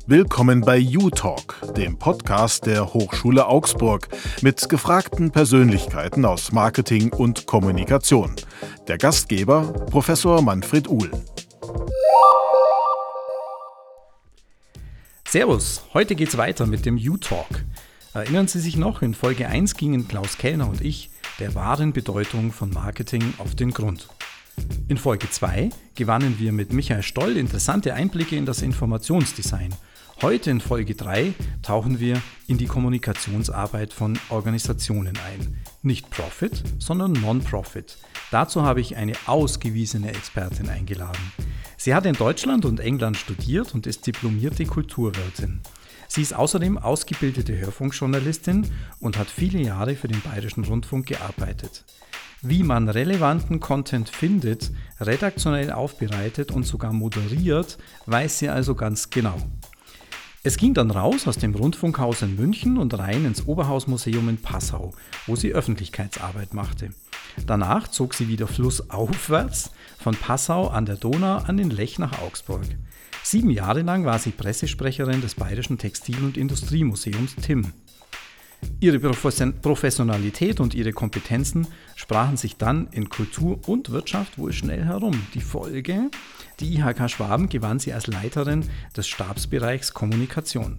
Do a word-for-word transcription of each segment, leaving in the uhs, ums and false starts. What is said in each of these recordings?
Willkommen bei U-Talk, dem Podcast der Hochschule Augsburg mit gefragten Persönlichkeiten aus Marketing und Kommunikation. Der Gastgeber Professor Manfred Uhl. Servus, heute geht's weiter mit dem U-Talk. Erinnern Sie sich noch, in Folge eins gingen Klaus Kellner und ich der wahren Bedeutung von Marketing auf den Grund. In Folge zwei gewannen wir mit Michael Stoll interessante Einblicke in das Informationsdesign. Heute in Folge drei tauchen wir in die Kommunikationsarbeit von Organisationen ein. Nicht Profit, sondern Non-Profit. Dazu habe ich eine ausgewiesene Expertin eingeladen. Sie hat in Deutschland und England studiert und ist diplomierte Kulturwirtin. Sie ist außerdem ausgebildete Hörfunkjournalistin und hat viele Jahre für den Bayerischen Rundfunk gearbeitet. Wie man relevanten Content findet, redaktionell aufbereitet und sogar moderiert, weiß sie also ganz genau. Es ging dann raus aus dem Rundfunkhaus in München und rein ins Oberhausmuseum in Passau, wo sie Öffentlichkeitsarbeit machte. Danach zog sie wieder flussaufwärts von Passau an der Donau an den Lech nach Augsburg. Sieben Jahre lang war sie Pressesprecherin des Bayerischen Textil- und Industriemuseums T I M. Ihre Professionalität und ihre Kompetenzen sprachen sich dann in Kultur und Wirtschaft wohl schnell herum. Die Folge: Die I H K Schwaben gewann sie als Leiterin des Stabsbereichs Kommunikation.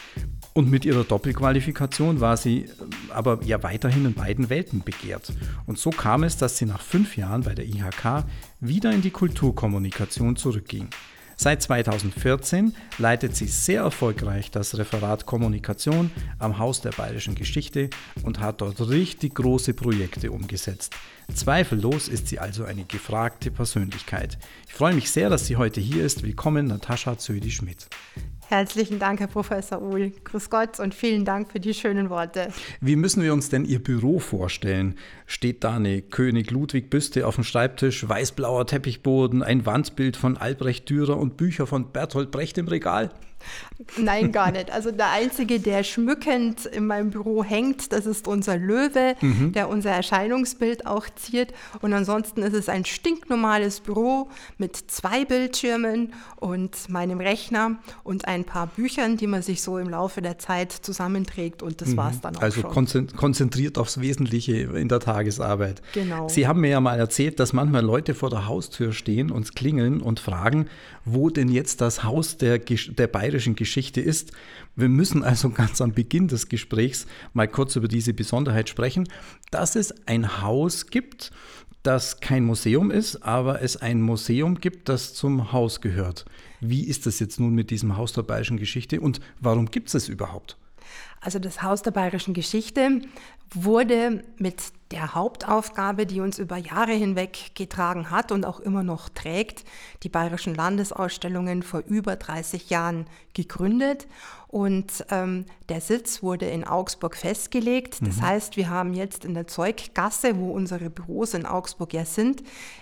Und mit ihrer Doppelqualifikation war sie aber ja weiterhin in beiden Welten begehrt. Und so kam es, dass sie nach fünf Jahren bei der I H K wieder in die Kulturkommunikation zurückging. Seit zweitausendvierzehn leitet sie sehr erfolgreich das Referat Kommunikation am Haus der Bayerischen Geschichte und hat dort richtig große Projekte umgesetzt. Zweifellos ist sie also eine gefragte Persönlichkeit. Ich freue mich sehr, dass sie heute hier ist. Willkommen, Natascha Zödi-Schmidt. Herzlichen Dank, Herr Professor Uhl. Grüß Gott und vielen Dank für die schönen Worte. Wie müssen wir uns denn Ihr Büro vorstellen? Steht da eine König-Ludwig-Büste auf dem Schreibtisch, weißblauer Teppichboden, ein Wandbild von Albrecht Dürer und Bücher von Bertolt Brecht im Regal? Nein, gar nicht. Also der Einzige, der schmückend in meinem Büro hängt, das ist unser Löwe, mhm. der unser Erscheinungsbild auch ziert. Und ansonsten ist es ein stinknormales Büro mit zwei Bildschirmen und meinem Rechner und ein paar Büchern, die man sich so im Laufe der Zeit zusammenträgt. Und das mhm. war es dann auch also schon. Also konzentriert aufs Wesentliche in der Tagesarbeit. Genau. Sie haben mir ja mal erzählt, dass manchmal Leute vor der Haustür stehen und klingeln und fragen, wo denn jetzt das Haus der, der bayerischen Geschichte ist. Wir müssen also ganz am Beginn des Gesprächs mal kurz über diese Besonderheit sprechen, dass es ein Haus gibt, das kein Museum ist, aber es ein Museum gibt, das zum Haus gehört. Wie ist das jetzt nun mit diesem Haus der Bayerischen Geschichte und warum gibt es es überhaupt? Also das Haus der Bayerischen Geschichte wurde mit der Hauptaufgabe, die uns über Jahre hinweg getragen hat und auch immer noch trägt, die Bayerischen Landesausstellungen vor über dreißig Jahren gegründet. Und ähm, der Sitz wurde in Augsburg festgelegt. Das mhm. heißt, wir haben jetzt in der Zeuggasse, wo unsere Büros in Augsburg ja sind,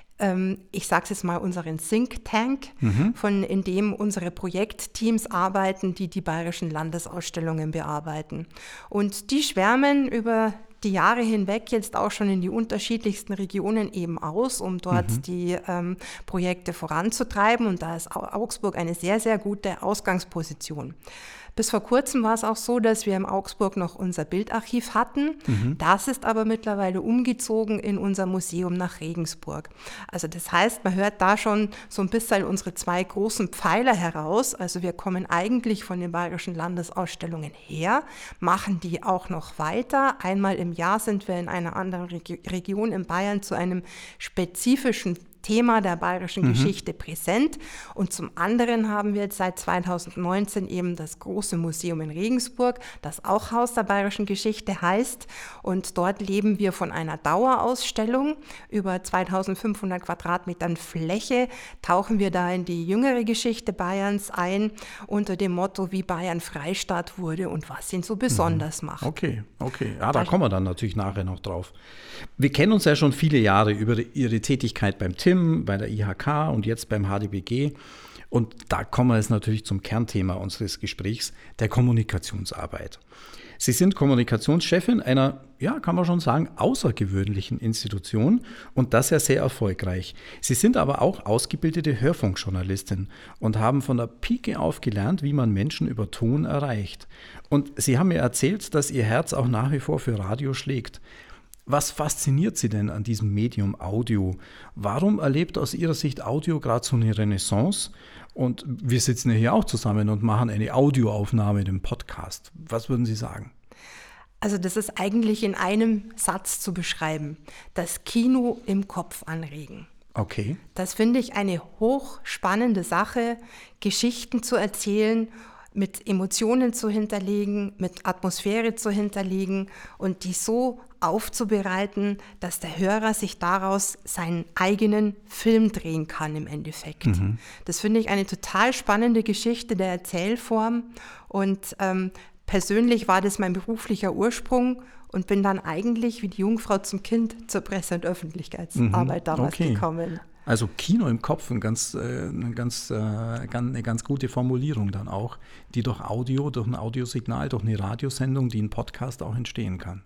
ich sage es jetzt mal, unseren Think Tank, mhm. von in dem unsere Projektteams arbeiten, die die Bayerischen Landesausstellungen bearbeiten. Und die schwärmen über die Jahre hinweg jetzt auch schon in die unterschiedlichsten Regionen eben aus, um dort mhm. die ähm, Projekte voranzutreiben. Und da ist Augsburg eine sehr, sehr gute Ausgangsposition. Bis vor kurzem war es auch so, dass wir in Augsburg noch unser Bildarchiv hatten. Mhm. Das ist aber mittlerweile umgezogen in unser Museum nach Regensburg. Also das heißt, man hört da schon so ein bisschen unsere zwei großen Pfeiler heraus. Also wir kommen eigentlich von den Bayerischen Landesausstellungen her, machen die auch noch weiter. Einmal im Jahr sind wir in einer anderen Reg- Region in Bayern zu einem spezifischen Thema der bayerischen mhm. Geschichte präsent. Und zum anderen haben wir jetzt seit zweitausendneunzehn eben das große Museum in Regensburg, das auch Haus der Bayerischen Geschichte heißt. Und dort leben wir von einer Dauerausstellung über zweitausendfünfhundert Quadratmetern Fläche, tauchen wir da in die jüngere Geschichte Bayerns ein, unter dem Motto, wie Bayern Freistaat wurde und was ihn so besonders mhm. macht. Okay, okay. Ja, da kommen wir dann natürlich nachher noch drauf. Wir kennen uns ja schon viele Jahre über Ihre Tätigkeit beim T I M, bei der I H K und jetzt beim H D B G. Und da kommen wir jetzt natürlich zum Kernthema unseres Gesprächs, der Kommunikationsarbeit. Sie sind Kommunikationschefin einer, ja, kann man schon sagen, außergewöhnlichen Institution und das ja sehr erfolgreich. Sie sind aber auch ausgebildete Hörfunkjournalistin und haben von der Pike auf gelernt, wie man Menschen über Ton erreicht. Und Sie haben mir erzählt, dass Ihr Herz auch nach wie vor für Radio schlägt. Was fasziniert Sie denn an diesem Medium Audio? Warum erlebt aus Ihrer Sicht Audio gerade so eine Renaissance? Und wir sitzen ja hier auch zusammen und machen eine Audioaufnahme in dem Podcast. Was würden Sie sagen? Also das ist eigentlich in einem Satz zu beschreiben. Das Kino im Kopf anregen. Okay. Das finde ich eine hochspannende Sache, Geschichten zu erzählen, mit Emotionen zu hinterlegen, mit Atmosphäre zu hinterlegen und die so aufzubereiten, dass der Hörer sich daraus seinen eigenen Film drehen kann im Endeffekt. Mhm. Das finde ich eine total spannende Geschichte der Erzählform und ähm, persönlich war das mein beruflicher Ursprung und bin dann eigentlich wie die Jungfrau zum Kind zur Presse- und Öffentlichkeitsarbeit mhm. damals okay. gekommen. Also Kino im Kopf, ein ganz, äh, eine, ganz, äh, eine ganz gute Formulierung dann auch, die durch Audio, durch ein Audiosignal, durch eine Radiosendung, die ein Podcast auch entstehen kann.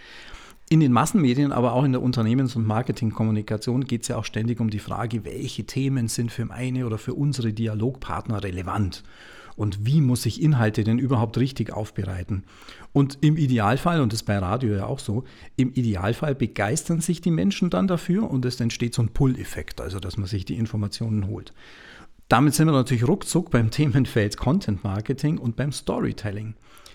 In den Massenmedien, aber auch in der Unternehmens- und Marketingkommunikation geht es ja auch ständig um die Frage, welche Themen sind für meine oder für unsere Dialogpartner relevant und wie muss ich Inhalte denn überhaupt richtig aufbereiten. Und im Idealfall, und das ist bei Radio ja auch so, im Idealfall begeistern sich die Menschen dann dafür und es entsteht so ein Pull-Effekt, also dass man sich die Informationen holt. Damit sind wir natürlich ruckzuck beim Themenfeld Content Marketing und beim Storytelling.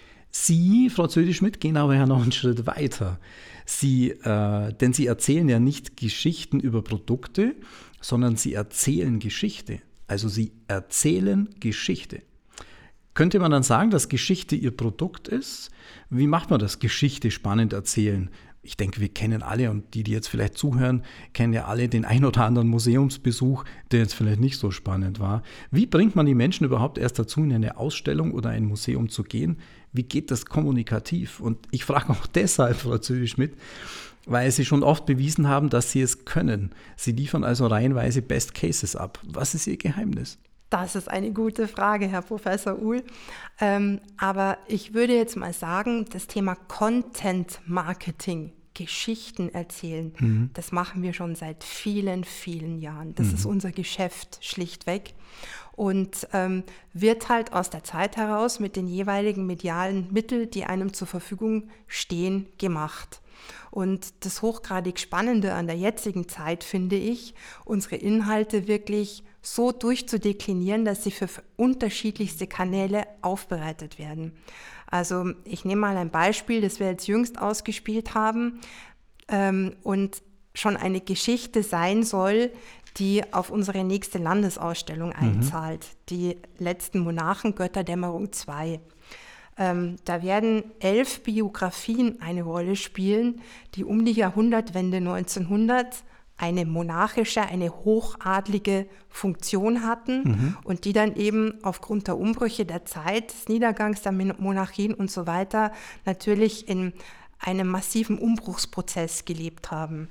Sie, Frau Zödi-Schmidt, gehen aber ja noch einen Schritt weiter. Sie, äh, denn Sie erzählen ja nicht Geschichten über Produkte, sondern Sie erzählen Geschichte. Also Sie erzählen Geschichte. Könnte man dann sagen, dass Geschichte Ihr Produkt ist? Wie macht man das, Geschichte spannend erzählen? Ich denke, wir kennen alle und die, die jetzt vielleicht zuhören, kennen ja alle den ein oder anderen Museumsbesuch, der jetzt vielleicht nicht so spannend war. Wie bringt man die Menschen überhaupt erst dazu, in eine Ausstellung oder ein Museum zu gehen? Wie geht das kommunikativ? Und ich frage auch deshalb, Frau Zödi-Schmidt, weil Sie schon oft bewiesen haben, dass Sie es können. Sie liefern also reihenweise Best Cases ab. Was ist Ihr Geheimnis? Das ist eine gute Frage, Herr Professor Uhl. Ähm, aber ich würde jetzt mal sagen, das Thema Content Marketing, Geschichten erzählen, mhm. das machen wir schon seit vielen, vielen Jahren. Das mhm. ist unser Geschäft schlichtweg und ähm, wird halt aus der Zeit heraus mit den jeweiligen medialen Mitteln, die einem zur Verfügung stehen, gemacht. Und das hochgradig Spannende an der jetzigen Zeit finde ich, unsere Inhalte wirklich so durchzudeklinieren, dass sie für unterschiedlichste Kanäle aufbereitet werden. Also ich nehme mal ein Beispiel, das wir jetzt jüngst ausgespielt haben ähm, und schon eine Geschichte sein soll, die auf unsere nächste Landesausstellung einzahlt, mhm. die letzten Monarchen, Götterdämmerung zwei. Ähm, da werden elf Biografien eine Rolle spielen, die um die Jahrhundertwende neunzehnhundert eine monarchische, eine hochadlige Funktion hatten mhm. und die dann eben aufgrund der Umbrüche der Zeit, des Niedergangs der Monarchien und so weiter natürlich in einem massiven Umbruchsprozess gelebt haben.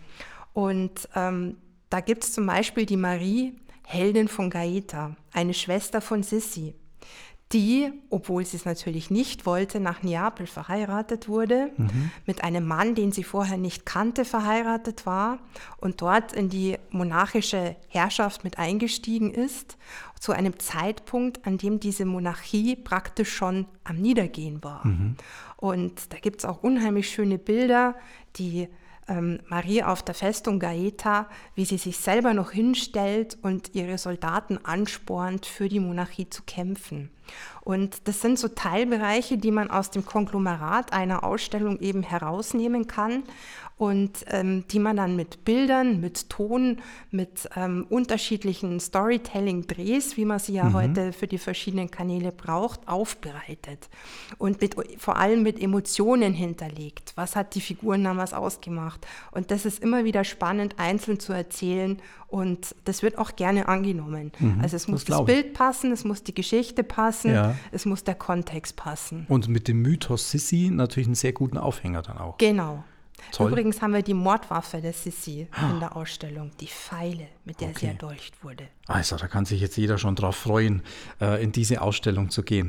Und ähm, da gibt es zum Beispiel die Marie, Heldin von Gaeta, eine Schwester von Sissi, die, obwohl sie es natürlich nicht wollte, nach Neapel verheiratet wurde, mhm. mit einem Mann, den sie vorher nicht kannte, verheiratet war und dort in die monarchische Herrschaft mit eingestiegen ist, zu einem Zeitpunkt, an dem diese Monarchie praktisch schon am Niedergehen war. Mhm. Und da gibt es auch unheimlich schöne Bilder, die Ähm, Marie auf der Festung Gaeta, wie sie sich selber noch hinstellt und ihre Soldaten anspornt, für die Monarchie zu kämpfen. Und das sind so Teilbereiche, die man aus dem Konglomerat einer Ausstellung eben herausnehmen kann und ähm, die man dann mit Bildern, mit Ton, mit ähm, unterschiedlichen Storytelling-Drehs, wie man sie ja mhm. heute für die verschiedenen Kanäle braucht, aufbereitet und mit, vor allem mit Emotionen hinterlegt. Was hat die Figuren damals ausgemacht? Und das ist immer wieder spannend, einzeln zu erzählen und das wird auch gerne angenommen. Mhm, also es muss das, das Bild passen, es muss die Geschichte passen, ja. es muss der Kontext passen. Und mit dem Mythos Sissi natürlich einen sehr guten Aufhänger dann auch. Genau. Toll. Übrigens haben wir die Mordwaffe der Sissi in der Ausstellung, die Pfeile, mit der okay. sie erdolcht wurde. Also da kann sich jetzt jeder schon drauf freuen, in diese Ausstellung zu gehen.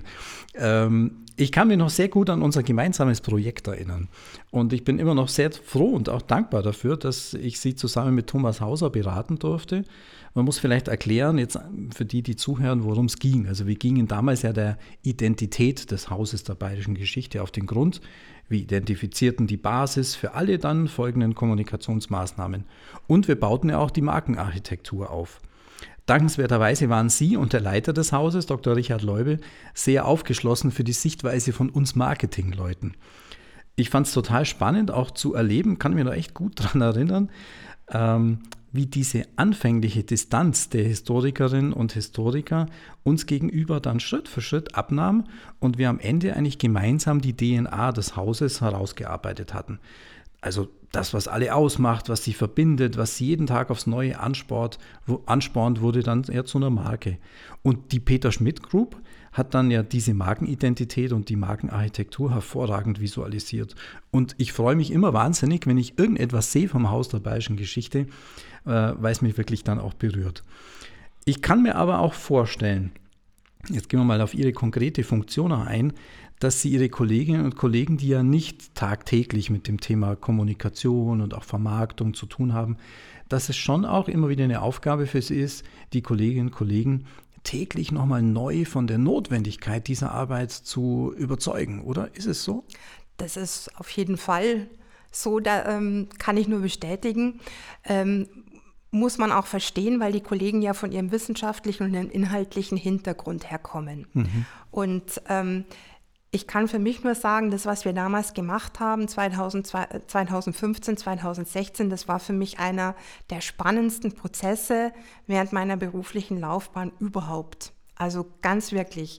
Ich kann mich noch sehr gut an unser gemeinsames Projekt erinnern und ich bin immer noch sehr froh und auch dankbar dafür, dass ich Sie zusammen mit Thomas Hauser beraten durfte. Man muss vielleicht erklären, jetzt für die, die zuhören, worum es ging. Also wir gingen damals ja der Identität des Hauses der Bayerischen Geschichte auf den Grund. Wir identifizierten die Basis für alle dann folgenden Kommunikationsmaßnahmen und wir bauten ja auch die Markenarchitektur auf. Dankenswerterweise waren Sie und der Leiter des Hauses, Doktor Richard Leubel, sehr aufgeschlossen für die Sichtweise von uns Marketingleuten. Ich fand es total spannend, auch zu erleben, kann mich noch echt gut daran erinnern, ähm, wie diese anfängliche Distanz der Historikerinnen und Historiker uns gegenüber dann Schritt für Schritt abnahm und wir am Ende eigentlich gemeinsam die D N A des Hauses herausgearbeitet hatten. Also das, was alle ausmacht, was sie verbindet, was sie jeden Tag aufs Neue anspornt, wo, anspornt, wurde dann eher zu einer Marke. Und die Peter Schmidt Group hat dann ja diese Markenidentität und die Markenarchitektur hervorragend visualisiert. Und ich freue mich immer wahnsinnig, wenn ich irgendetwas sehe vom Haus der Bayerischen Geschichte, äh, weil es mich wirklich dann auch berührt. Ich kann mir aber auch vorstellen, jetzt gehen wir mal auf Ihre konkrete Funktion ein, dass Sie Ihre Kolleginnen und Kollegen, die ja nicht tagtäglich mit dem Thema Kommunikation und auch Vermarktung zu tun haben, dass es schon auch immer wieder eine Aufgabe für Sie ist, die Kolleginnen und Kollegen täglich nochmal neu von der Notwendigkeit dieser Arbeit zu überzeugen, oder? Ist es so? Das ist auf jeden Fall so, da ähm, kann ich nur bestätigen. Ähm, muss man auch verstehen, weil die Kollegen ja von ihrem wissenschaftlichen und ihrem inhaltlichen Hintergrund herkommen. Mhm. Und ähm, ich kann für mich nur sagen, das, was wir damals gemacht haben, zweitausendfünfzehn, zweitausendsechzehn, das war für mich einer der spannendsten Prozesse während meiner beruflichen Laufbahn überhaupt. Also ganz wirklich.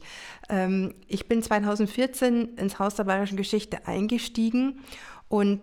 Ich bin zweitausendvierzehn ins Haus der Bayerischen Geschichte eingestiegen und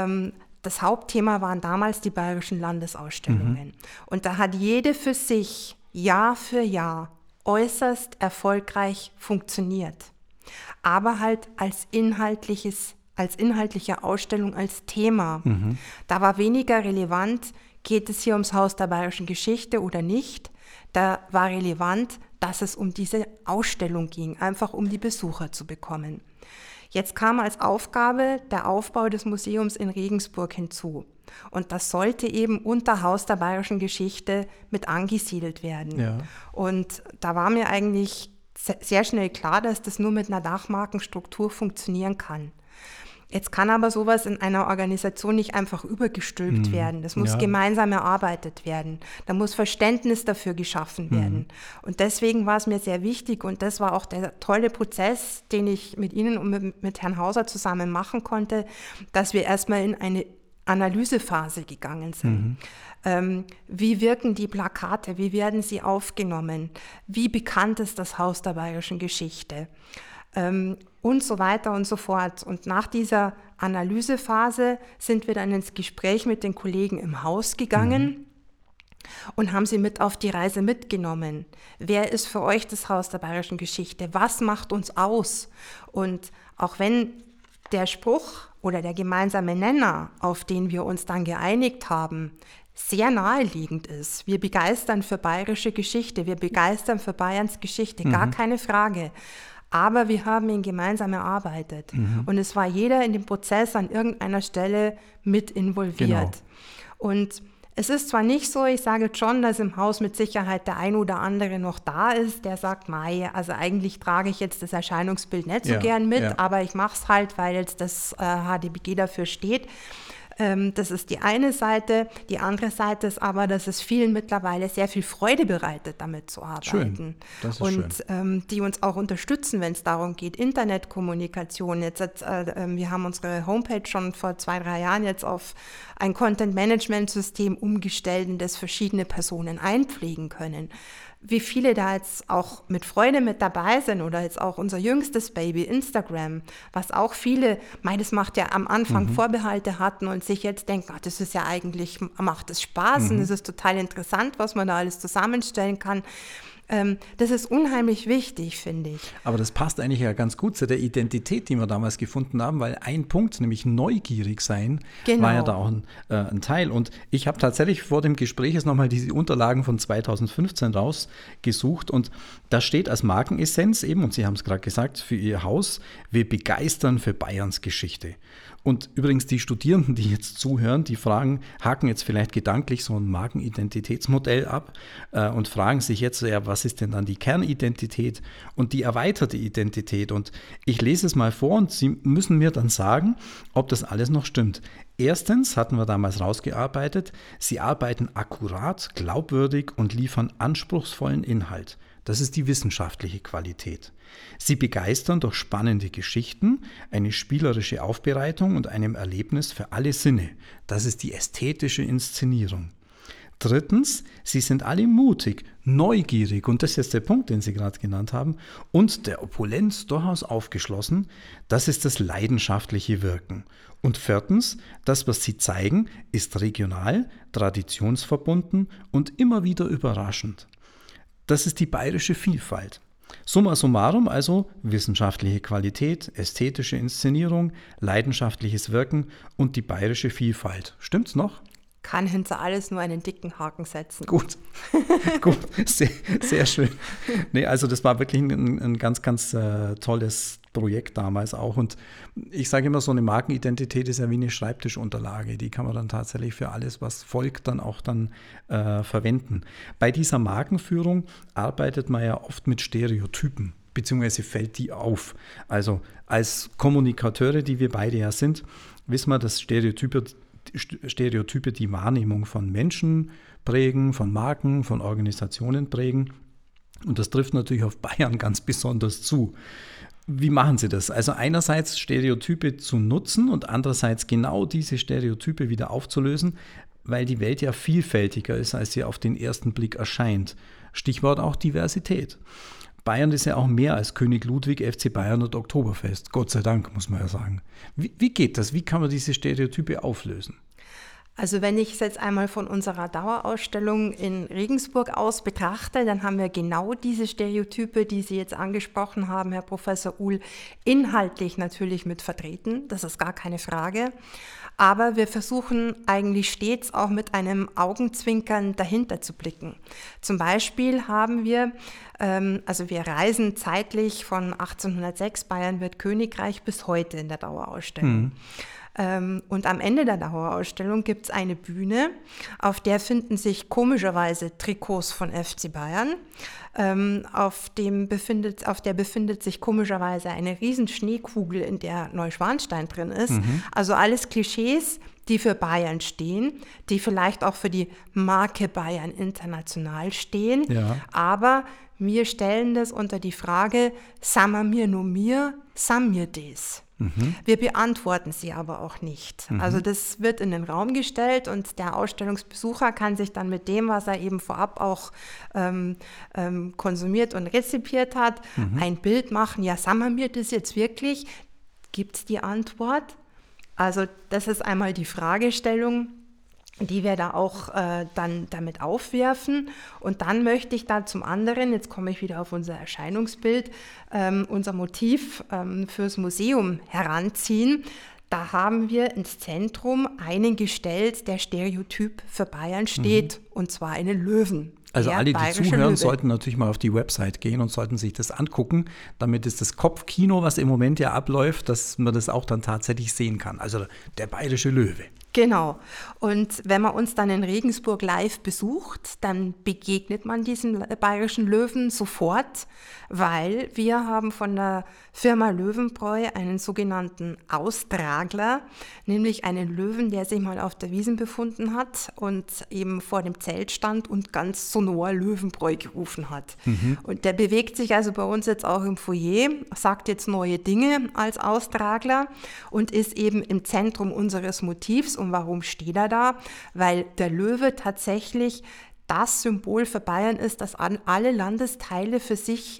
das Hauptthema waren damals die Bayerischen Landesausstellungen. Mhm. Und da hat jede für sich Jahr für Jahr äußerst erfolgreich funktioniert. Aber halt als inhaltliches, als inhaltliche Ausstellung, als Thema. Mhm. Da war weniger relevant, geht es hier ums Haus der Bayerischen Geschichte oder nicht. Da war relevant, dass es um diese Ausstellung ging, einfach um die Besucher zu bekommen. Jetzt kam als Aufgabe der Aufbau des Museums in Regensburg hinzu. Und das sollte eben unter Haus der Bayerischen Geschichte mit angesiedelt werden. Ja. Und da war mir eigentlich sehr schnell klar, dass das nur mit einer Dachmarkenstruktur funktionieren kann. Jetzt kann aber sowas in einer Organisation nicht einfach übergestülpt mm, werden. Das muss ja. gemeinsam erarbeitet werden. Da muss Verständnis dafür geschaffen werden. Mm. Und deswegen war es mir sehr wichtig und das war auch der tolle Prozess, den ich mit Ihnen und mit, mit Herrn Hauser zusammen machen konnte, dass wir erstmal in eine Analysephase gegangen sind. Mhm. Ähm, wie wirken die Plakate? Wie werden sie aufgenommen? Wie bekannt ist das Haus der Bayerischen Geschichte? Ähm, und so weiter und so fort. Und nach dieser Analysephase sind wir dann ins Gespräch mit den Kollegen im Haus gegangen mhm. und haben sie mit auf die Reise mitgenommen. Wer ist für euch das Haus der Bayerischen Geschichte? Was macht uns aus? Und auch wenn der Spruch oder der gemeinsame Nenner, auf den wir uns dann geeinigt haben, sehr naheliegend ist. Wir begeistern für bayerische Geschichte, wir begeistern für Bayerns Geschichte, mhm. gar keine Frage. Aber wir haben ihn gemeinsam erarbeitet. Mhm. Und es war jeder in dem Prozess an irgendeiner Stelle mit involviert. Genau. Und es ist zwar nicht so, ich sage schon, dass im Haus mit Sicherheit der ein oder andere noch da ist, der sagt, mei, also eigentlich trage ich jetzt das Erscheinungsbild nicht so ja, gern mit, ja. aber ich mache es halt, weil jetzt das äh, H D B G dafür steht. Ähm, das ist die eine Seite. Die andere Seite ist aber, dass es vielen mittlerweile sehr viel Freude bereitet, damit zu arbeiten. Schön. Das ist und schön. Ähm, die uns auch unterstützen, wenn es darum geht, Internetkommunikation. Jetzt hat, äh, wir haben unsere Homepage schon vor zwei, drei Jahren jetzt auf ein Content-Management-System umgestellt, in das verschiedene Personen einpflegen können. Wie viele da jetzt auch mit Freude mit dabei sind oder jetzt auch unser jüngstes Baby Instagram, was auch viele, meines macht ja am Anfang mhm. Vorbehalte hatten und sich jetzt denken, ach, das ist ja eigentlich, macht es Spaß mhm. und es ist total interessant, was man da alles zusammenstellen kann. Ähm, das ist unheimlich wichtig, finde ich. Aber das passt eigentlich ja ganz gut zu der Identität, die wir damals gefunden haben, weil ein Punkt, nämlich neugierig sein, genau. war ja da auch ein, äh, ein Teil. Und ich habe tatsächlich vor dem Gespräch jetzt nochmal diese Unterlagen von zweitausendfünfzehn rausgesucht und da steht als Markenessenz eben, und Sie haben es gerade gesagt, für Ihr Haus, wir begeistern für Bayerns Geschichte. Und übrigens die Studierenden, die jetzt zuhören, die fragen, haken jetzt vielleicht gedanklich so ein Markenidentitätsmodell ab äh, und fragen sich jetzt, ja, was ist denn dann die Kernidentität und die erweiterte Identität? Und ich lese es mal vor und Sie müssen mir dann sagen, ob das alles noch stimmt. Erstens hatten wir damals rausgearbeitet, Sie arbeiten akkurat, glaubwürdig und liefern anspruchsvollen Inhalt. Das ist die wissenschaftliche Qualität. Sie begeistern durch spannende Geschichten, eine spielerische Aufbereitung und einem Erlebnis für alle Sinne. Das ist die ästhetische Inszenierung. Drittens, sie sind alle mutig, neugierig, und das ist jetzt der Punkt, den Sie gerade genannt haben, und der Opulenz durchaus aufgeschlossen. Das ist das leidenschaftliche Wirken. Und viertens, das, was Sie zeigen, ist regional, traditionsverbunden und immer wieder überraschend. Das ist die bayerische Vielfalt. Summa summarum also wissenschaftliche Qualität, ästhetische Inszenierung, leidenschaftliches Wirken und die bayerische Vielfalt. Stimmt's noch? Kann hinter alles nur einen dicken Haken setzen. Gut, gut, sehr, sehr schön. Nee, also das war wirklich ein, ein ganz, ganz äh, tolles Projekt damals auch. Und ich sage immer, so eine Markenidentität ist ja wie eine Schreibtischunterlage. Die kann man dann tatsächlich für alles, was folgt, dann auch dann äh, verwenden. Bei dieser Markenführung arbeitet man ja oft mit Stereotypen, beziehungsweise fällt die auf. Also als Kommunikateure, die wir beide ja sind, wissen wir, dass Stereotype Stereotype die Wahrnehmung von Menschen prägen, von Marken, von Organisationen prägen. Und das trifft natürlich auf Bayern ganz besonders zu. Wie machen Sie das? Also einerseits Stereotype zu nutzen und andererseits genau diese Stereotype wieder aufzulösen, weil die Welt ja vielfältiger ist, als sie auf den ersten Blick erscheint. Stichwort auch Diversität. Bayern ist ja auch mehr als König Ludwig, F C Bayern und Oktoberfest. Gott sei Dank, muss man ja sagen. Wie, wie geht das? Wie kann man diese Stereotype auflösen? Also wenn ich es jetzt einmal von unserer Dauerausstellung in Regensburg aus betrachte, dann haben wir genau diese Stereotype, die Sie jetzt angesprochen haben, Herr Professor Uhl, inhaltlich natürlich mit vertreten. Das ist gar keine Frage. Aber wir versuchen eigentlich stets auch mit einem Augenzwinkern dahinter zu blicken. Zum Beispiel haben wir, ähm, also wir reisen zeitlich von achtzehnhundertsechs, Bayern wird Königreich, bis heute in der Dauerausstellung. Mhm. Ähm, und am Ende der Dauerausstellung gibt es eine Bühne, auf der finden sich komischerweise Trikots von F C Bayern. Ähm, auf, dem befindet, auf der befindet sich komischerweise eine riesen Schneekugel, in der Neuschwanstein drin ist. Mhm. Also alles Klischees, die für Bayern stehen, die vielleicht auch für die Marke Bayern international stehen. Ja. Aber wir stellen das unter die Frage, sammer mir nur mir, sam mir des. Mhm. Wir beantworten sie aber auch nicht. Mhm. Also das wird in den Raum gestellt und der Ausstellungsbesucher kann sich dann mit dem, was er eben vorab auch ähm, ähm, konsumiert und rezipiert hat, mhm. ein Bild machen. Ja, sagen wir das jetzt wirklich? Gibt es die Antwort? Also das ist einmal die Fragestellung, die wir da auch äh, dann damit aufwerfen. Und dann möchte ich da zum anderen, jetzt komme ich wieder auf unser Erscheinungsbild, ähm, unser Motiv ähm, fürs Museum heranziehen. Da haben wir ins Zentrum einen gestellt, der Stereotyp für Bayern steht, mhm. und zwar einen Löwen. Also alle, die zuhören, Löwe. sollten natürlich mal auf die Website gehen und sollten sich das angucken, damit ist das Kopfkino, was im Moment ja abläuft, dass man das auch dann tatsächlich sehen kann. Also der bayerische Löwe. Genau. Und wenn man uns dann in Regensburg live besucht, dann begegnet man diesem bayerischen Löwen sofort, weil wir haben von der Firma Löwenbräu einen sogenannten Austragler, nämlich einen Löwen, der sich mal auf der Wiesn befunden hat und eben vor dem Zelt stand und ganz sonor Löwenbräu gerufen hat. Mhm. Und der bewegt sich also bei uns jetzt auch im Foyer, sagt jetzt neue Dinge als Austragler und ist eben im Zentrum unseres Motivs. Und warum steht er da? Weil der Löwe tatsächlich das Symbol für Bayern ist, das alle Landesteile für sich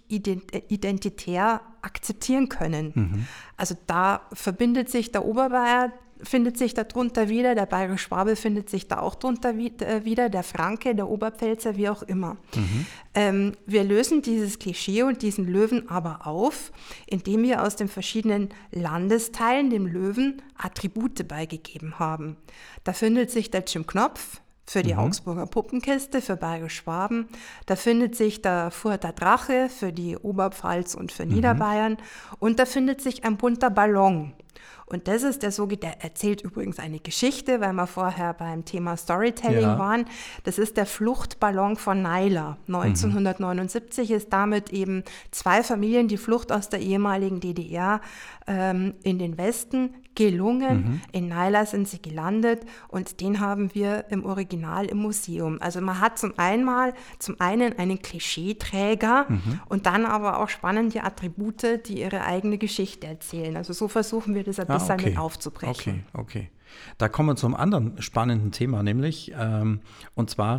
identitär akzeptieren können. Mhm. Also da verbindet sich der Oberbayer findet sich darunter wieder, der Bayerisch-Schwabe findet sich da auch drunter wieder, der Franke, der Oberpfälzer, wie auch immer. Mhm. Ähm, wir lösen dieses Klischee und diesen Löwen aber auf, indem wir aus den verschiedenen Landesteilen dem Löwen Attribute beigegeben haben. Da findet sich der Jim Knopf für die mhm. Augsburger Puppenkiste, für Bayerisch-Schwaben. Da findet sich der Further Drache für die Oberpfalz und für mhm. Niederbayern. Und da findet sich ein bunter Ballon. Und das ist der sogenannte, der erzählt übrigens eine Geschichte, weil wir vorher beim Thema Storytelling ja. waren. Das ist der Fluchtballon von Naila. neunzehnhundertneunundsiebzig mhm. ist damit eben zwei Familien die Flucht aus der ehemaligen D D R ähm, in den Westen gelungen. Mhm. In Naila sind sie gelandet und den haben wir im Original im Museum. Also man hat zum einen, zum einen einen Klischeeträger mhm. und dann aber auch spannende Attribute, die ihre eigene Geschichte erzählen. Also so versuchen wir das ein bisschen ah, okay. mit aufzubrechen. Okay, okay. Da kommen wir zum anderen spannenden Thema, nämlich, ähm, und zwar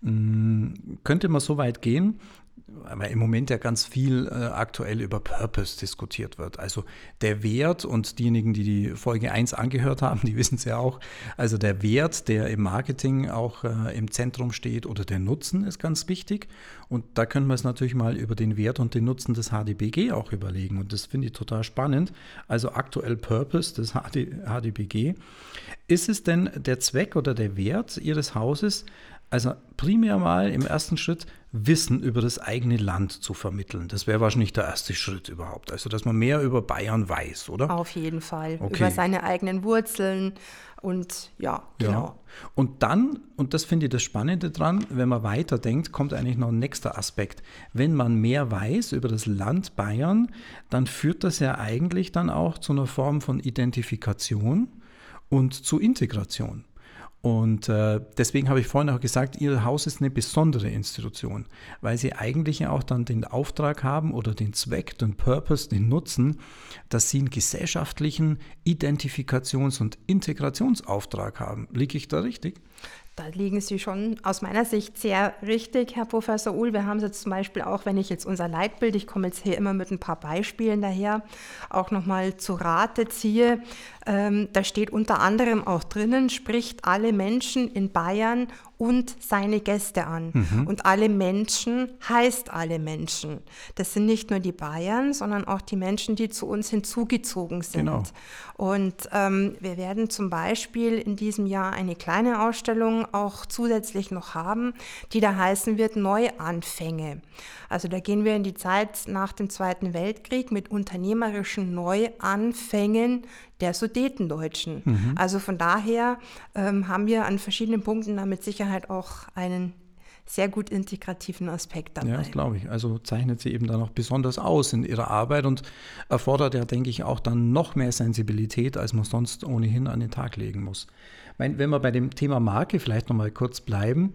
mh, könnte man so weit gehen, weil im Moment ja ganz viel äh, aktuell über Purpose diskutiert wird. Also der Wert, und diejenigen, die die Folge eins angehört haben, die wissen es ja auch, also der Wert, der im Marketing auch äh, im Zentrum steht, oder der Nutzen ist ganz wichtig. Und da können wir es natürlich mal über den Wert und den Nutzen des H D B G auch überlegen. Und das finde ich total spannend. Also aktuell Purpose des H D B G. Ist es denn der Zweck oder der Wert Ihres Hauses, also primär mal im ersten Schritt Wissen über das eigene Land zu vermitteln? Das wäre wahrscheinlich der erste Schritt überhaupt. Also, dass man mehr über Bayern weiß, oder? Auf jeden Fall. Okay. Über seine eigenen Wurzeln und ja, genau. Ja. Und dann, und das finde ich das Spannende dran, wenn man weiterdenkt, kommt eigentlich noch ein nächster Aspekt. Wenn man mehr weiß über das Land Bayern, dann führt das ja eigentlich dann auch zu einer Form von Identifikation und zu Integration. Und äh, deswegen habe ich vorhin auch gesagt, Ihr Haus ist eine besondere Institution, weil Sie eigentlich ja auch dann den Auftrag haben oder den Zweck, den Purpose, den Nutzen, dass Sie einen gesellschaftlichen Identifikations- und Integrationsauftrag haben. Liege ich da richtig? Da liegen Sie schon aus meiner Sicht sehr richtig, Herr Professor Uhl. Wir haben es jetzt zum Beispiel auch, wenn ich jetzt unser Leitbild, ich komme jetzt hier immer mit ein paar Beispielen daher, auch nochmal zu Rate ziehe. Ähm, da steht unter anderem auch drinnen, spricht alle Menschen in Bayern und seine Gäste an. Mhm. Und alle Menschen heißt alle Menschen. Das sind nicht nur die Bayern, sondern auch die Menschen, die zu uns hinzugezogen sind. Genau. Und ähm, wir werden zum Beispiel in diesem Jahr eine kleine Ausstellung auch zusätzlich noch haben, die da heißen wird Neuanfänge. Also da gehen wir in die Zeit nach dem Zweiten Weltkrieg mit unternehmerischen Neuanfängen der Sudetendeutschen. Mhm. Also von daher ähm, haben wir an verschiedenen Punkten da mit Sicherheit auch einen sehr gut integrativen Aspekt dabei. Ja, das glaube ich. Also zeichnet sie eben da noch besonders aus in ihrer Arbeit und erfordert ja, denke ich, auch dann noch mehr Sensibilität, als man sonst ohnehin an den Tag legen muss. Wenn wir bei dem Thema Marke vielleicht noch mal kurz bleiben.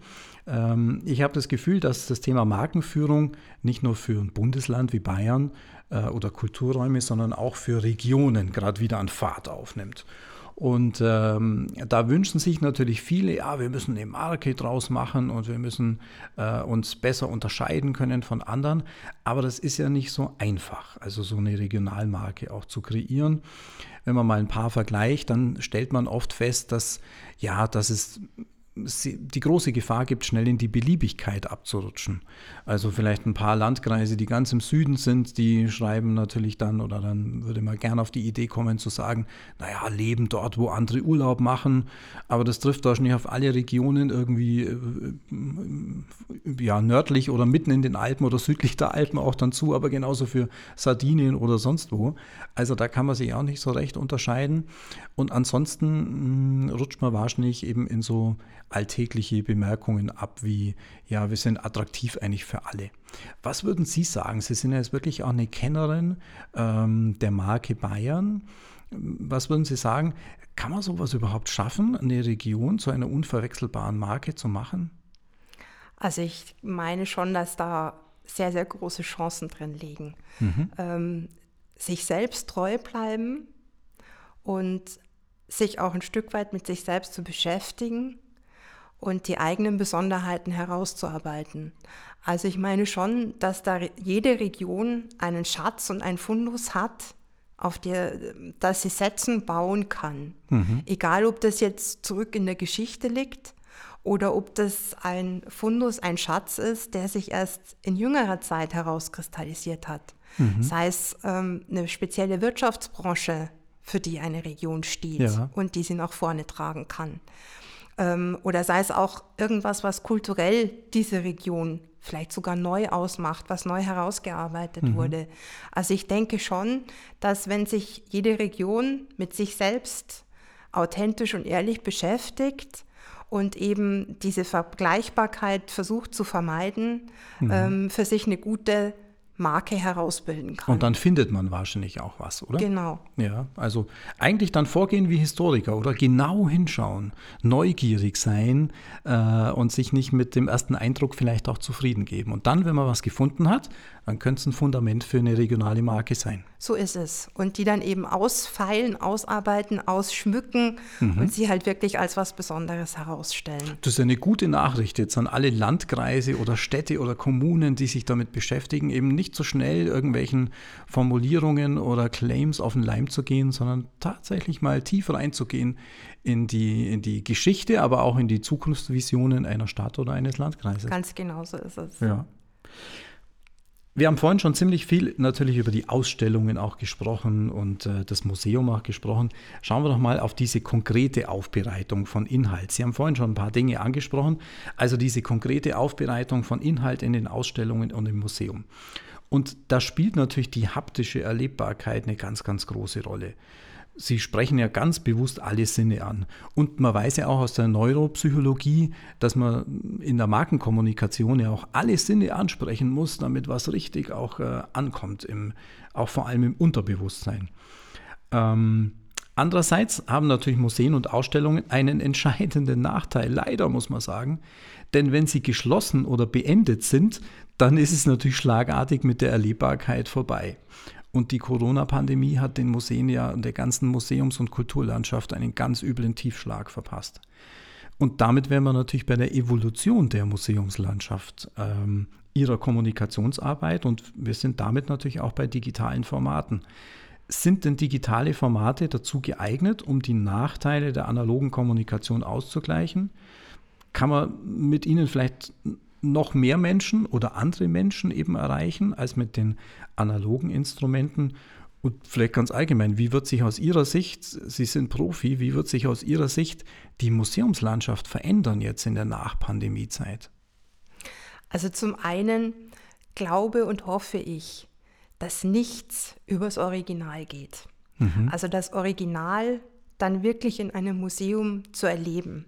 Ich habe das Gefühl, dass das Thema Markenführung nicht nur für ein Bundesland wie Bayern oder Kulturräume, sondern auch für Regionen gerade wieder an Fahrt aufnimmt. Und ähm, da wünschen sich natürlich viele, ja, wir müssen eine Marke draus machen und wir müssen äh, uns besser unterscheiden können von anderen. Aber das ist ja nicht so einfach, also so eine Regionalmarke auch zu kreieren. Wenn man mal ein paar vergleicht, dann stellt man oft fest, dass, ja, dass es die große Gefahr gibt, schnell in die Beliebigkeit abzurutschen. Also vielleicht ein paar Landkreise, die ganz im Süden sind, die schreiben natürlich dann, oder dann würde man gerne auf die Idee kommen zu sagen, naja, leben dort, wo andere Urlaub machen, aber das trifft wahrscheinlich auf alle Regionen irgendwie ja, nördlich oder mitten in den Alpen oder südlich der Alpen auch dann zu, aber genauso für Sardinien oder sonst wo. Also da kann man sich auch nicht so recht unterscheiden. Und ansonsten mh, rutscht man wahrscheinlich eben in so alltägliche Bemerkungen ab, wie, ja, wir sind attraktiv eigentlich für alle. Was würden Sie sagen? Sie sind ja jetzt wirklich auch eine Kennerin ähm, der Marke Bayern. Was würden Sie sagen, kann man sowas überhaupt schaffen, eine Region zu einer unverwechselbaren Marke zu machen? Also ich meine schon, dass da sehr, sehr große Chancen drin liegen. Mhm. Ähm, sich selbst treu bleiben und sich auch ein Stück weit mit sich selbst zu beschäftigen und die eigenen Besonderheiten herauszuarbeiten. Also ich meine schon, dass da jede Region einen Schatz und einen Fundus hat, auf der, das sie setzen, bauen kann. Mhm. Egal, ob das jetzt zurück in der Geschichte liegt oder ob das ein Fundus, ein Schatz ist, der sich erst in jüngerer Zeit herauskristallisiert hat. Mhm. Sei es ähm, eine spezielle Wirtschaftsbranche, für die eine Region steht Ja. und die sie nach vorne tragen kann. Ähm, oder sei es auch irgendwas, was kulturell diese Region vielleicht sogar neu ausmacht, was neu herausgearbeitet Mhm. wurde. Also ich denke schon, dass wenn sich jede Region mit sich selbst authentisch und ehrlich beschäftigt und eben diese Vergleichbarkeit versucht zu vermeiden, Mhm. ähm, für sich eine gute Marke herausbilden kann. Und dann findet man wahrscheinlich auch was, oder? Genau. Ja, also eigentlich dann vorgehen wie Historiker oder genau hinschauen, neugierig sein äh, und sich nicht mit dem ersten Eindruck vielleicht auch zufrieden geben. Und dann, wenn man was gefunden hat, dann könnte es ein Fundament für eine regionale Marke sein. So ist es. Und die dann eben ausfeilen, ausarbeiten, ausschmücken Mhm. und sie halt wirklich als was Besonderes herausstellen. Das ist eine gute Nachricht jetzt an alle Landkreise oder Städte oder Kommunen, die sich damit beschäftigen, eben nicht so schnell irgendwelchen Formulierungen oder Claims auf den Leim zu gehen, sondern tatsächlich mal tief reinzugehen in die, in die Geschichte, aber auch in die Zukunftsvisionen einer Stadt oder eines Landkreises. Ganz genau so ist es. Ja. Wir haben vorhin schon ziemlich viel natürlich über die Ausstellungen auch gesprochen und äh, das Museum auch gesprochen. Schauen wir doch mal auf diese konkrete Aufbereitung von Inhalt. Sie haben vorhin schon ein paar Dinge angesprochen, also diese konkrete Aufbereitung von Inhalt in den Ausstellungen und im Museum. Und da spielt natürlich die haptische Erlebbarkeit eine ganz, ganz große Rolle. Sie sprechen ja ganz bewusst alle Sinne an. Und man weiß ja auch aus der Neuropsychologie, dass man in der Markenkommunikation ja auch alle Sinne ansprechen muss, damit was richtig auch äh, ankommt, im, auch vor allem im Unterbewusstsein. Ähm, andererseits haben natürlich Museen und Ausstellungen einen entscheidenden Nachteil, leider muss man sagen. Denn wenn sie geschlossen oder beendet sind, dann ist es natürlich schlagartig mit der Erlebbarkeit vorbei. Und die Corona-Pandemie hat den Museen ja und der ganzen Museums- und Kulturlandschaft einen ganz üblen Tiefschlag verpasst. Und damit wären wir natürlich bei der Evolution der Museumslandschaft, ähm, ihrer Kommunikationsarbeit, und wir sind damit natürlich auch bei digitalen Formaten. Sind denn digitale Formate dazu geeignet, um die Nachteile der analogen Kommunikation auszugleichen? Kann man mit ihnen vielleicht noch mehr Menschen oder andere Menschen eben erreichen als mit den analogen Instrumenten? Und vielleicht ganz allgemein, wie wird sich aus Ihrer Sicht, Sie sind Profi, wie wird sich aus Ihrer Sicht die Museumslandschaft verändern jetzt in der Nach-Pandemie-Zeit? Also zum einen glaube und hoffe ich, dass nichts übers Original geht. Mhm. Also das Original dann wirklich in einem Museum zu erleben.